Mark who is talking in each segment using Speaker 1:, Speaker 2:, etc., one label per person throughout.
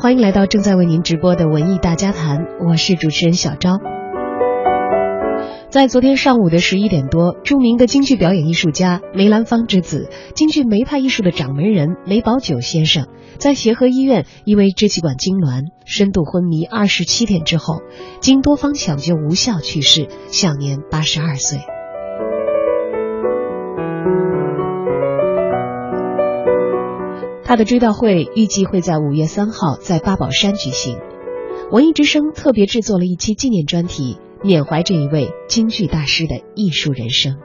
Speaker 1: 欢迎来到正在为您直播的文艺大家谈，我是主持人小昭。在昨天上午的11点多，著名的京剧表演艺术家梅兰芳之子、京剧梅派艺术的掌门人梅葆玖先生，在协和医院因为支气管痉挛深度昏迷27天之后，经多方抢救无效去世，享年82岁。他的追悼会预计会在5月3号在八宝山举行。文艺之声特别制作了一期纪念专题，缅怀这一位京剧大师的艺术人生。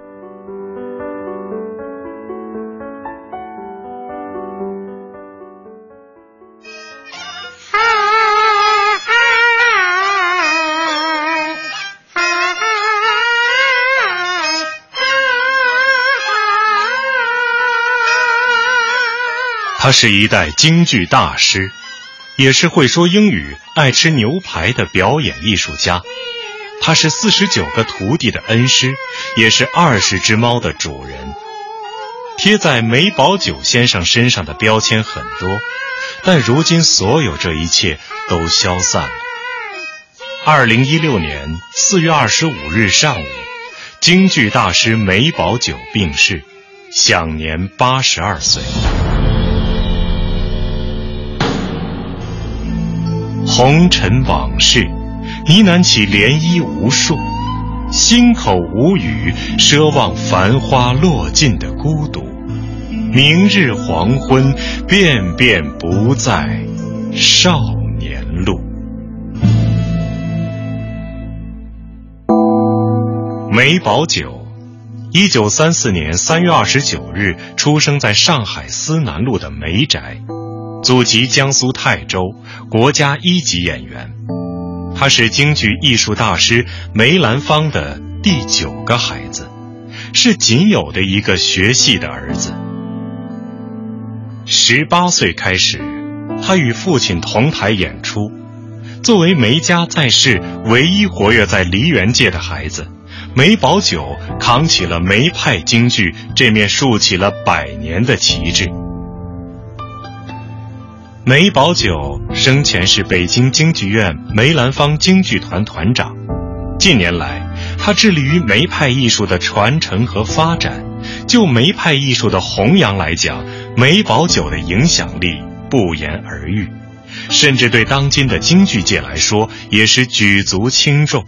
Speaker 2: 他是一代京剧大师，也是会说英语、爱吃牛排的表演艺术家。他是49个徒弟的恩师，也是20只猫的主人。贴在梅葆玖先生身上的标签很多，但如今所有这一切都消散了。2016年4月25日上午，京剧大师梅葆玖病逝，享年82岁。红尘往事，呢喃起涟漪无数，心口无语，奢望繁花落尽的孤独。明日黄昏，遍遍不在少年路。梅葆玖，1934年3月29日出生在上海思南路的梅宅，祖籍江苏泰州，国家1级演员。他是京剧艺术大师梅兰芳的第9个孩子，是仅有的一个学戏的儿子。18岁开始，他与父亲同台演出。作为梅家在世唯一活跃在梨园界的孩子，梅葆玖扛起了梅派京剧这面竖起了100年的旗帜。梅葆玖生前是北京京剧院梅兰芳京剧团团长，近年来他致力于梅派艺术的传承和发展。就梅派艺术的弘扬来讲，梅葆玖的影响力不言而喻，甚至对当今的京剧界来说也是举足轻重。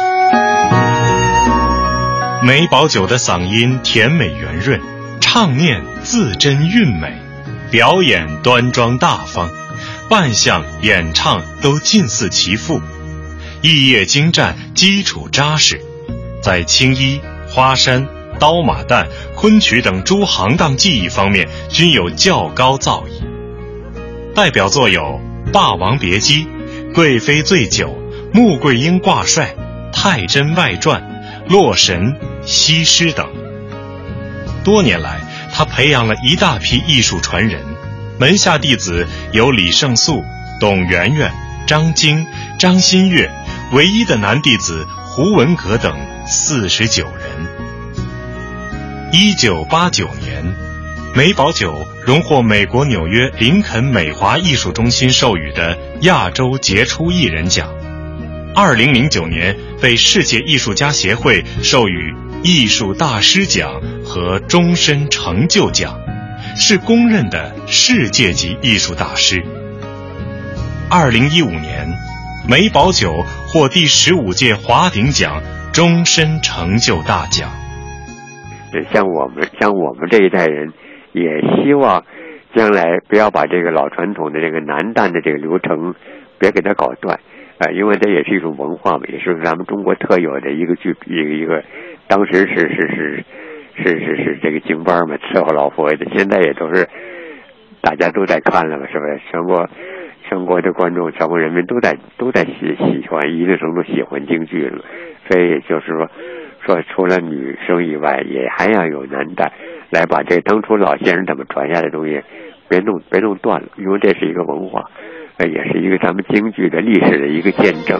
Speaker 2: 梅葆玖的嗓音甜美圆润，唱念字真韵美，表演端庄大方，扮相演唱都近似其父，艺业精湛，基础扎实，在青衣、花山、刀马旦、昆曲等诸行当技艺方面均有较高造诣。代表作有《霸王别姬》、《贵妃醉酒》、《穆桂英挂帅》、《太真外传》、《洛神》、《西施》等。多年来，他培养了一大批艺术传人，门下弟子有李胜素、董媛媛、张晶、张新月，唯一的男弟子胡文阁等49人。1989年，梅葆玖荣获美国纽约林肯美华艺术中心授予的亚洲杰出艺人奖。2009年被世界艺术家协会授予艺术大师奖和终身成就奖，是公认的世界级艺术大师。2015年，梅葆玖获第15届华鼎奖终身成就大奖。
Speaker 3: 像我们这一代人，也希望将来不要把这个老传统的这个南旦的这个流程别给它搞断，因为这也是一种文化嘛，也是咱们中国特有的一个当时是这个京班嘛，伺候老佛爷的，现在也都是大家都在看了嘛，是不是？全国的观众，全国人民都在喜欢，一定程度喜欢京剧了，所以就是说除了女生以外，也还要有男旦来把这当初老先生他们传下的东西别弄断了，因为这是一个文化，也是一个咱们京剧的历史的一个见证。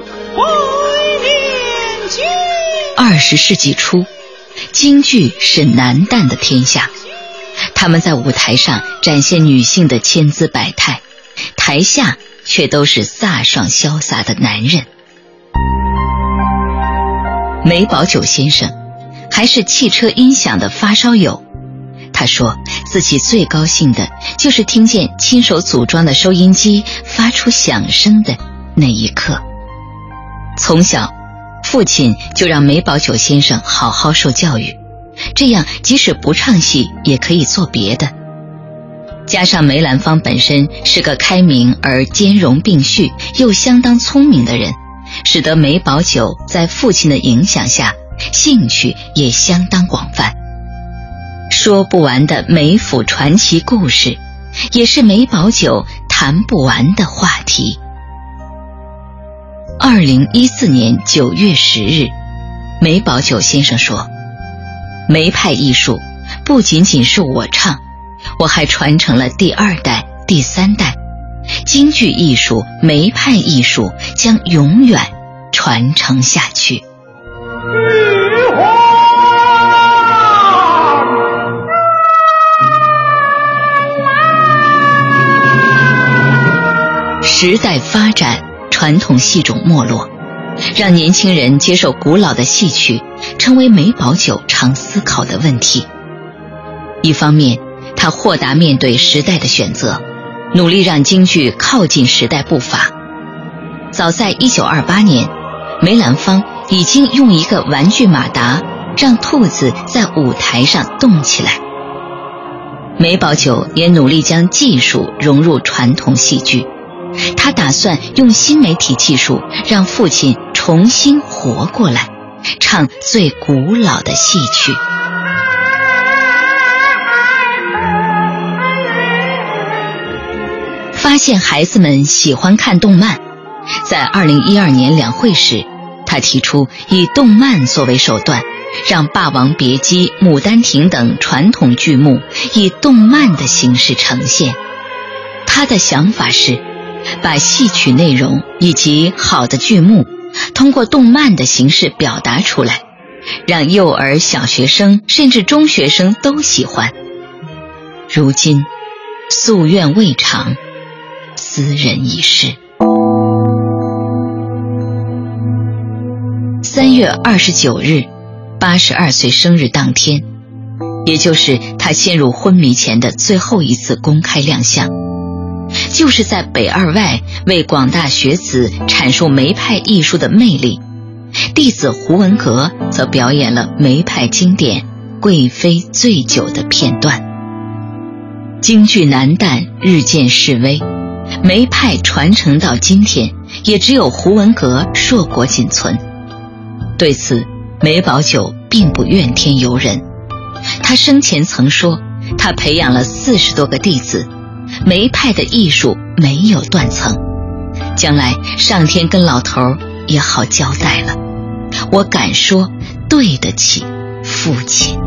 Speaker 4: 20世纪初，京剧是男旦的天下，他们在舞台上展现女性的千姿百态，台下却都是飒爽潇洒的男人。梅葆玖先生还是汽车音响的发烧友，他说自己最高兴的就是听见亲手组装的收音机发出响声的那一刻。从小，父亲就让梅葆玖先生好好受教育，这样即使不唱戏也可以做别的。加上梅兰芳本身是个开明而兼容并蓄又相当聪明的人，使得梅葆玖在父亲的影响下兴趣也相当广泛。说不完的梅府传奇故事，也是梅葆玖谈不完的话题。2014年9月10日，梅葆玖先生说，梅派艺术不仅仅是我唱，我还传承了第2代、第3代，京剧艺术、梅派艺术将永远传承下去。时代发展，传统戏种没落，让年轻人接受古老的戏曲，成为梅葆玖常思考的问题。一方面，他豁达面对时代的选择，努力让京剧靠近时代步伐。早在1928年，梅兰芳已经用一个玩具马达让兔子在舞台上动起来。梅葆玖也努力将技术融入传统戏剧，他打算用新媒体技术让父亲重新活过来，唱最古老的戏曲。发现孩子们喜欢看动漫，在2012年两会时，他提出以动漫作为手段，让《霸王别姬》、《牡丹亭》等传统剧目以动漫的形式呈现。他的想法是把戏曲内容以及好的剧目通过动漫的形式表达出来，让幼儿、小学生甚至中学生都喜欢。如今夙愿未偿，斯人已逝。3月29日，82岁生日当天，也就是他陷入昏迷前的最后一次公开亮相，就是在北二外为广大学子阐述梅派艺术的魅力，弟子胡文阁则表演了梅派经典《贵妃醉酒》的片段。京剧南旦日渐式微，梅派传承到今天，也只有胡文阁硕果仅存。对此，梅葆玖并不怨天尤人。他生前曾说，他培养了40多个弟子，梅派的艺术没有断层，将来上天跟老头也好交代了。我敢说，对得起父亲。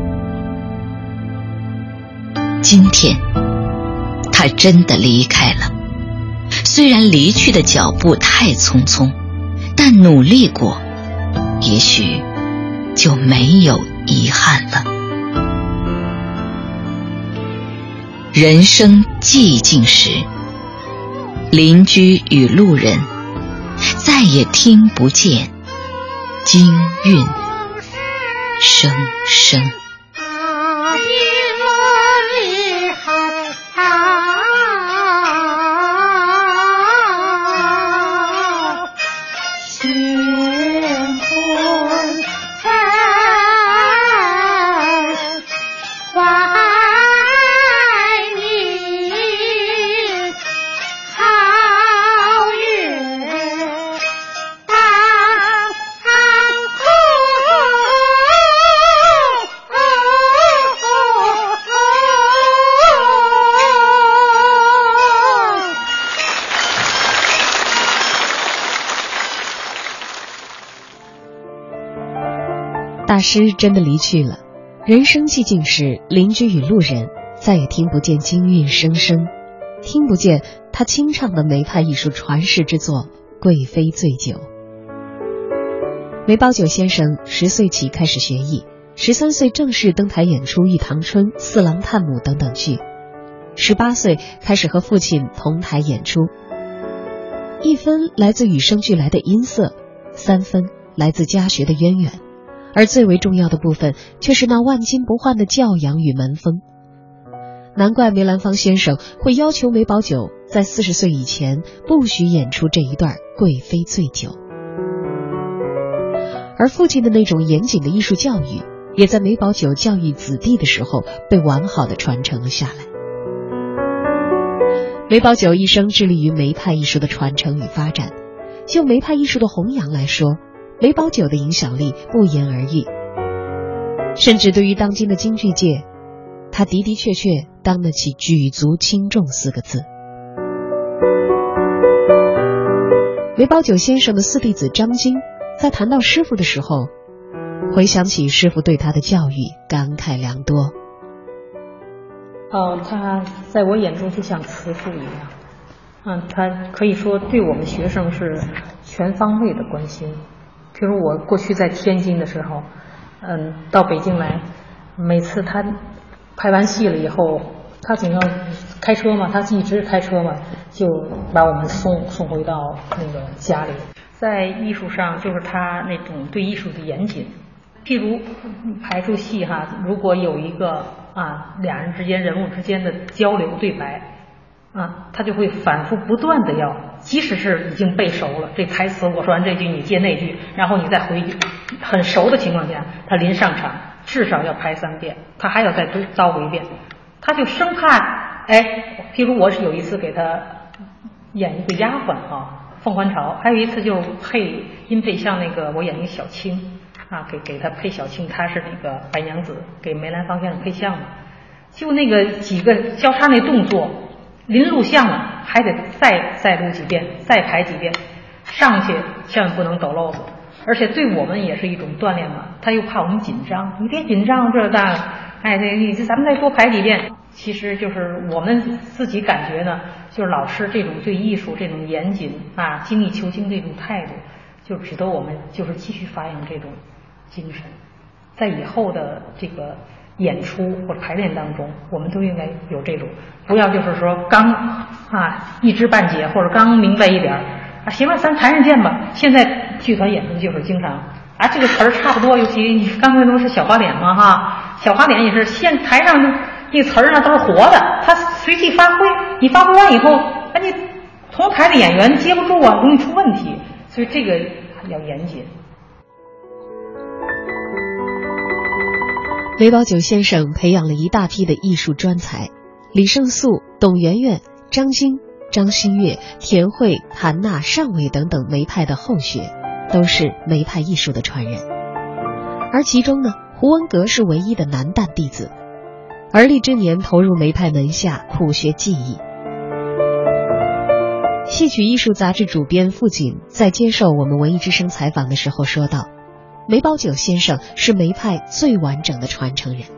Speaker 4: 今天，他真的离开了。虽然离去的脚步太匆匆，但努力过，也许就没有遗憾了。人生寂静时，邻居与路人再也听不见京韵声声。
Speaker 1: 大师真的离去了，人生寂静时，邻居与路人再也听不见京韵声声，听不见他清唱的梅派艺术传世之作《贵妃醉酒》。梅葆玖先生10岁起开始学艺，13岁正式登台演出《玉堂春》《四郎探母》等等剧，18岁开始和父亲同台演出。 1分来自与生俱来的音色，3分来自家学的渊源，而最为重要的部分却是那万金不换的教养与门风。难怪梅兰芳先生会要求梅葆玖在40岁以前不许演出这一段贵妃醉酒。而父亲的那种严谨的艺术教育，也在梅葆玖教育子弟的时候被完好的传承了下来。梅葆玖一生致力于梅派艺术的传承与发展，就梅派艺术的弘扬来说，梅葆玖的影响力不言而喻。甚至对于当今的京剧界，他的的确确当得起举足轻重4个字。梅葆玖先生的4弟子张京在谈到师傅的时候，回想起师傅对他的教育，感慨良多。
Speaker 5: 他在我眼中就像慈父一样，他可以说对我们学生是全方位的关心。比如我过去在天津的时候，到北京来，每次他拍完戏了以后，他总要开车嘛，他一直开车嘛，就把我们送回到那个家里。在艺术上，就是他那种对艺术的严谨。譬如排出戏如果有一个俩人之间人物之间的交流对白他就会反复不断的即使是已经背熟了这台词，我说完这句你接那句，然后你再回去，很熟的情况下，他临上场至少要拍3遍，他还要再叨回一遍，他就生怕譬如我是有一次给他演一个丫鬟凤还巢，还有一次就音配像那个我演一个小青给他配小青，他是那个白娘子，给梅兰芳先生配像嘛，就那个几个交叉那动作，临录像了还得再录几遍，再排几遍，上去千万不能抖漏子，而且对我们也是一种锻炼嘛。他又怕我们紧张，你别紧张这那咱们再多排几遍。其实就是我们自己感觉呢，就是老师这种对艺术这种严谨精益求精这种态度，就值得我们就是继续发扬这种精神，在以后的这个演出或者排练当中，我们都应该有这种，不要就是说刚一知半解或者刚明白一点行了咱台上见吧。现在剧团演出就是经常这个词儿差不多，尤其你刚才都是小花脸嘛小花脸也是台上那词儿都是活的，他随即发挥，你发挥完以后你同台的演员接不住容易出问题，所以这个要严谨。
Speaker 1: 梅葆玖先生培养了一大批的艺术专才，李胜素、董媛媛、张京、张馨月、田慧、韩娜、尚伟等等梅派的后学，都是梅派艺术的传人。而其中呢，胡文阁是唯一的男旦弟子，而立之年投入梅派门下苦学技艺。戏曲艺术杂志主编傅锦在接受我们文艺之声采访的时候说道，梅葆玖先生是梅派最完整的传承人。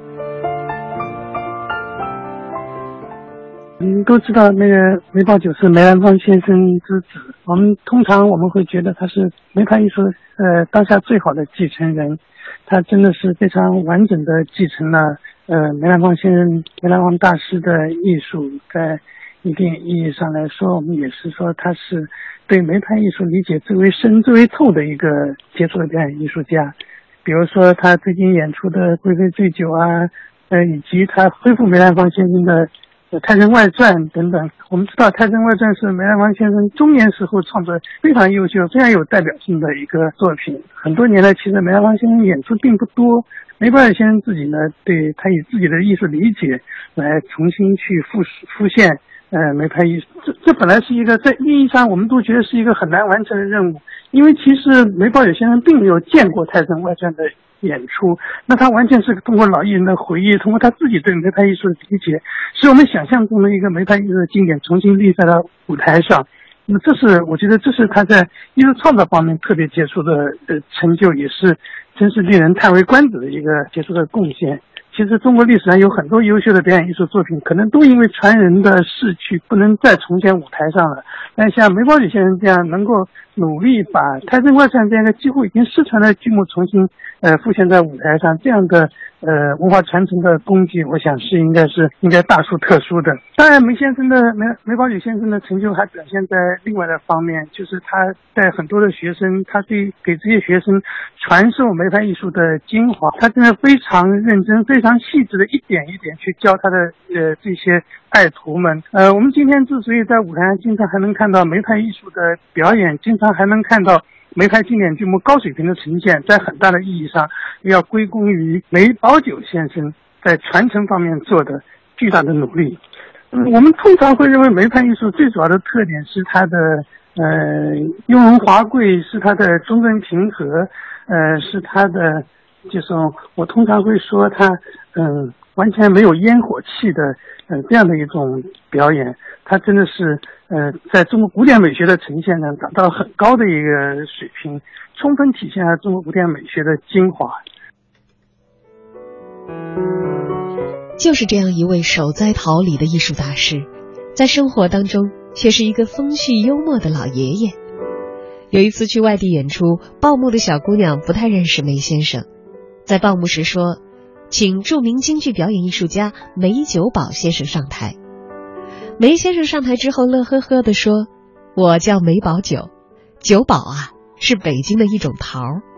Speaker 6: 都知道那个梅葆玖是梅兰芳先生之子，通常我们会觉得他是梅派艺术当下最好的继承人，他真的是非常完整的继承了梅兰芳先生梅兰芳大师的艺术，在一定意义上来说，我们也是说他是对梅派艺术理解最为深最为透的一个杰出的表演艺术家。比如说他最近演出的《贵妃醉酒》以及他恢复梅兰芳先生的《太真外传》等等。我们知道《太真外传》是梅兰芳先生中年时候创作非常优秀非常有代表性的一个作品，很多年来其实梅兰芳先生演出并不多，梅葆玖先生自己呢，对他以自己的艺术理解来重新去复现梅派艺术，这本来是一个在意义上我们都觉得是一个很难完成的任务，因为其实梅葆玖先生并没有见过《太真外传》的演出，那他完全是通过老艺人的回忆，通过他自己对梅派艺术的理解，使我们想象中的一个梅派艺术的经典重新立在了舞台上。那么我觉得这是他在艺术创造方面特别杰出的成就，也是真是令人叹为观止的一个杰出的贡献。其实中国历史上有很多优秀的表演艺术作品，可能都因为传人的逝去不能再重现舞台上了。但像梅葆玖先生这样能够努力把《太真外传》这样一个几乎已经失传的剧目重新复现在舞台上，这样的文化传承的功绩，我想是应该大书特书的。当然梅葆玖先生的成就还表现在另外的方面，就是他带很多的学生，他给这些学生传授梅派艺术的精华，他真的非常认真非常细致的一点一点去教他的这些爱徒们。我们今天之所以在舞台上经常还能看到梅派艺术的表演，经常还能看到梅派经典剧目高水平的呈现，在很大的意义上要归功于梅葆玖先生在传承方面做的巨大的努力。我们通常会认为梅派艺术最主要的特点是它的雍容华贵，是它的中正平和，是它的就是我通常会说它完全没有烟火气的这样的一种表演。它真的是在中国古典美学的呈现上达到很高的一个水平，充分体现了中国古典美学的精华。
Speaker 1: 就是这样一位守在桃李的艺术大师，在生活当中却是一个风趣幽默的老爷爷。有一次去外地演出，报幕的小姑娘不太认识梅先生，在报幕时说，请著名京剧表演艺术家梅九保先生上台。梅先生上台之后乐呵呵地说，我叫梅葆玖，九保啊是北京的一种桃。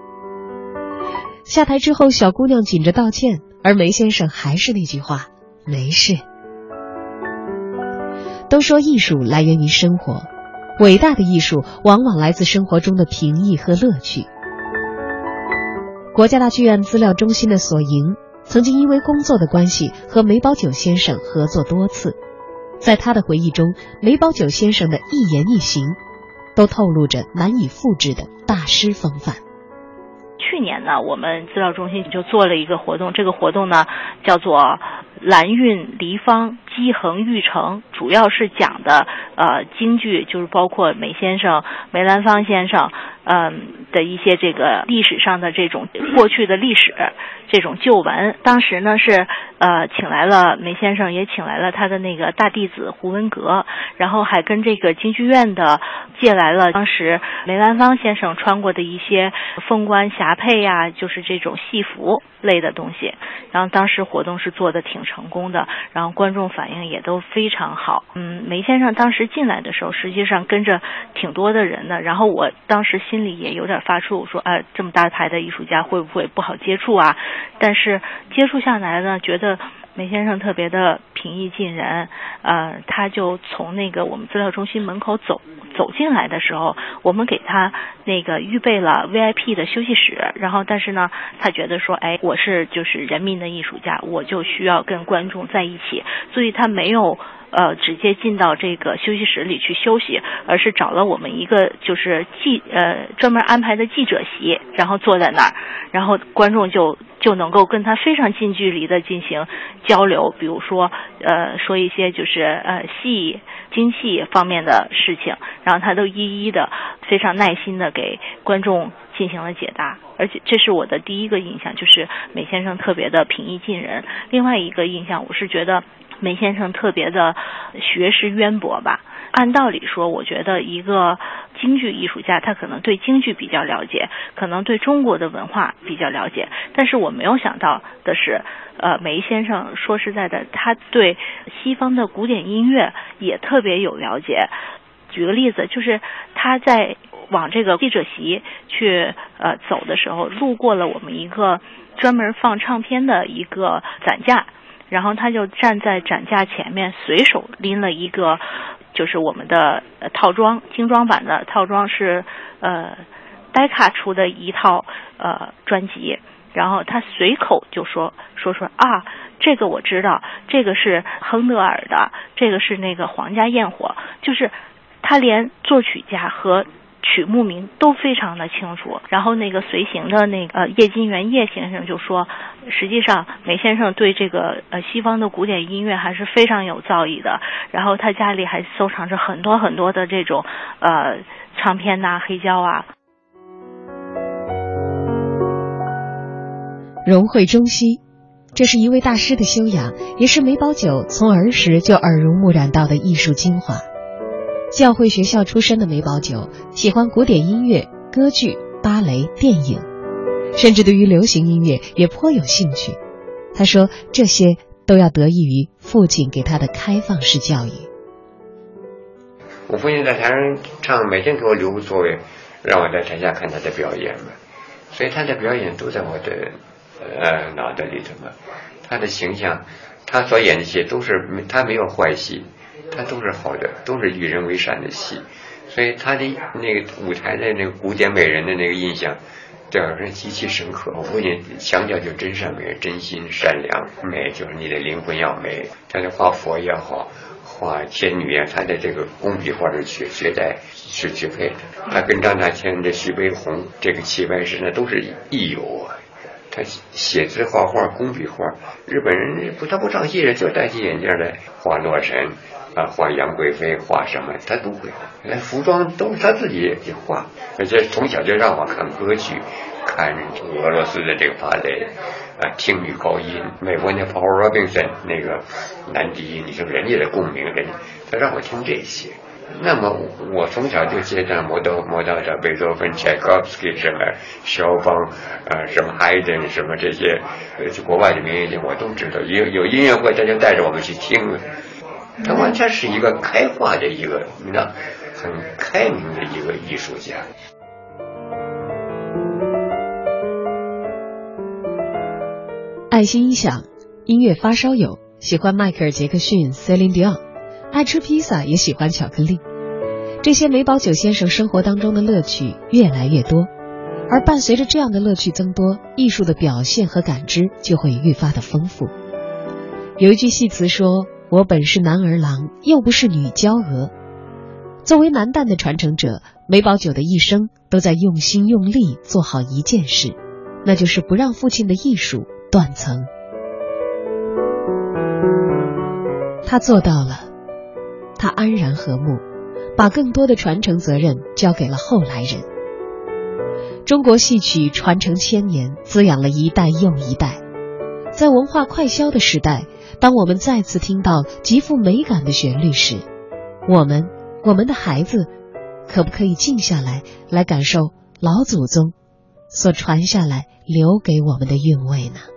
Speaker 1: 下台之后小姑娘紧着道歉，而梅先生还是那句话，没事。都说艺术来源于生活，伟大的艺术往往来自生活中的平易和乐趣。国家大剧院资料中心的索营曾经因为工作的关系和梅葆玖先生合作多次，在他的回忆中，梅葆玖先生的一言一行都透露着难以复制的大师风范。
Speaker 7: 去年呢，我们资料中心就做了一个活动，这个活动呢叫做蓝韵梨芳姬衡玉成，主要是讲的京剧，就是包括梅先生、梅兰芳先生的一些这个历史上的这种过去的历史这种旧闻。当时呢是请来了梅先生，也请来了他的那个大弟子胡文阁，然后还跟这个京剧院的借来了当时梅兰芳先生穿过的一些凤冠霞帔呀，就是这种戏服类的东西。然后当时活动是做的挺成功的，然后观众反应也都非常好。梅先生当时进来的时候，实际上跟着挺多的人的，然后我当时心里也有点发怵，说这么大牌的艺术家会不会不好接触啊？但是接触下来呢，觉得梅先生特别的平易近人。他就从那个我们资料中心门口走进来的时候，我们给他那个预备了 VIP 的休息室，然后但是呢他觉得说我是就是人民的艺术家，我就需要跟观众在一起，所以他没有直接进到这个休息室里去休息，而是找了我们一个就是专门安排的记者席，然后坐在那儿，然后观众就能够跟他非常近距离的进行交流，比如说说一些就是京戏方面的事情，然后他都一一的非常耐心的给观众进行了解答。而且这是我的第一个印象，就是梅先生特别的平易近人。另外一个印象，我是觉得梅先生特别的学识渊博吧。按道理说，我觉得一个京剧艺术家，他可能对京剧比较了解，可能对中国的文化比较了解，但是我没有想到的是梅先生说实在的，他对西方的古典音乐也特别有了解。举个例子，就是他在往这个记者席去走的时候，路过了我们一个专门放唱片的一个展架，然后他就站在展架前面，随手拎了一个就是我们的套装，精装版的套装是戴卡出的一套专辑，然后他随口就说这个我知道，这个是亨德尔的，这个是那个皇家焰火，就是他连作曲家和曲目名都非常的清楚。然后那个随行的那个叶金元叶先生就说，实际上梅先生对这个西方的古典音乐还是非常有造诣的，然后他家里还收藏着很多很多的这种唱片呐、黑胶啊。
Speaker 1: 融会中西，这是一位大师的修养，也是梅葆玖从儿时就耳濡目染到的艺术精华。教会学校出身的梅葆玖喜欢古典音乐、歌剧、芭蕾、电影，甚至对于流行音乐也颇有兴趣。 他说这些都要得益于父亲给他的开放式教育。
Speaker 3: 我父亲在台上唱，每天给我留座位，让我在台下看他的表演嘛，所以他的表演都在我的脑袋里头嘛。他的形象，他所演的戏都是他没有坏戏，他都是好的，都是与人为善的戏，所以他的那个舞台的那个古典美人的那个印象对我是极其深刻。我父亲强调就真善美，真心善良，美就是你的灵魂要美。他的画佛也好，画天女啊，他的这个工笔画是绝代是绝配的。他跟张大千的徐悲鸿这个齐白石呢都是益友啊。他写字画画工笔画，日本人他不唱戏人就戴起眼镜来画洛神啊，画杨贵妃，画什么他都会，连服装都是他自己也画。而且从小就让我看歌剧，看俄罗斯的这个芭蕾啊，听女高音，美国那 Paul Robinson 那个男低音，你说人家的共鸣，他让我听这些。那么我从小就接触摩到这贝多芬、柴可夫斯基什么肖邦什么海顿什么这些国外的名乐家我都知道，有音乐会他就带着我们去听了。他完全是一个开化的一个很开明的一个艺术家。
Speaker 1: 爱惜音响，音乐发烧友，喜欢迈克尔·杰克逊、Celine Dion，爱吃披萨，也喜欢巧克力。这些梅葆玖先生生活当中的乐趣越来越多，而伴随着这样的乐趣增多，艺术的表现和感知就会愈发的丰富。有一句戏词说，我本是男儿郎，又不是女娇娥。作为男旦的传承者，梅葆玖的一生都在用心用力做好一件事，那就是不让父亲的艺术断层。他做到了，他安然和睦，把更多的传承责任交给了后来人。中国戏曲传承千年，滋养了一代又一代。在文化快消的时代，当我们再次听到极富美感的旋律时，我们的孩子可不可以静下来感受老祖宗所传下来留给我们的韵味呢？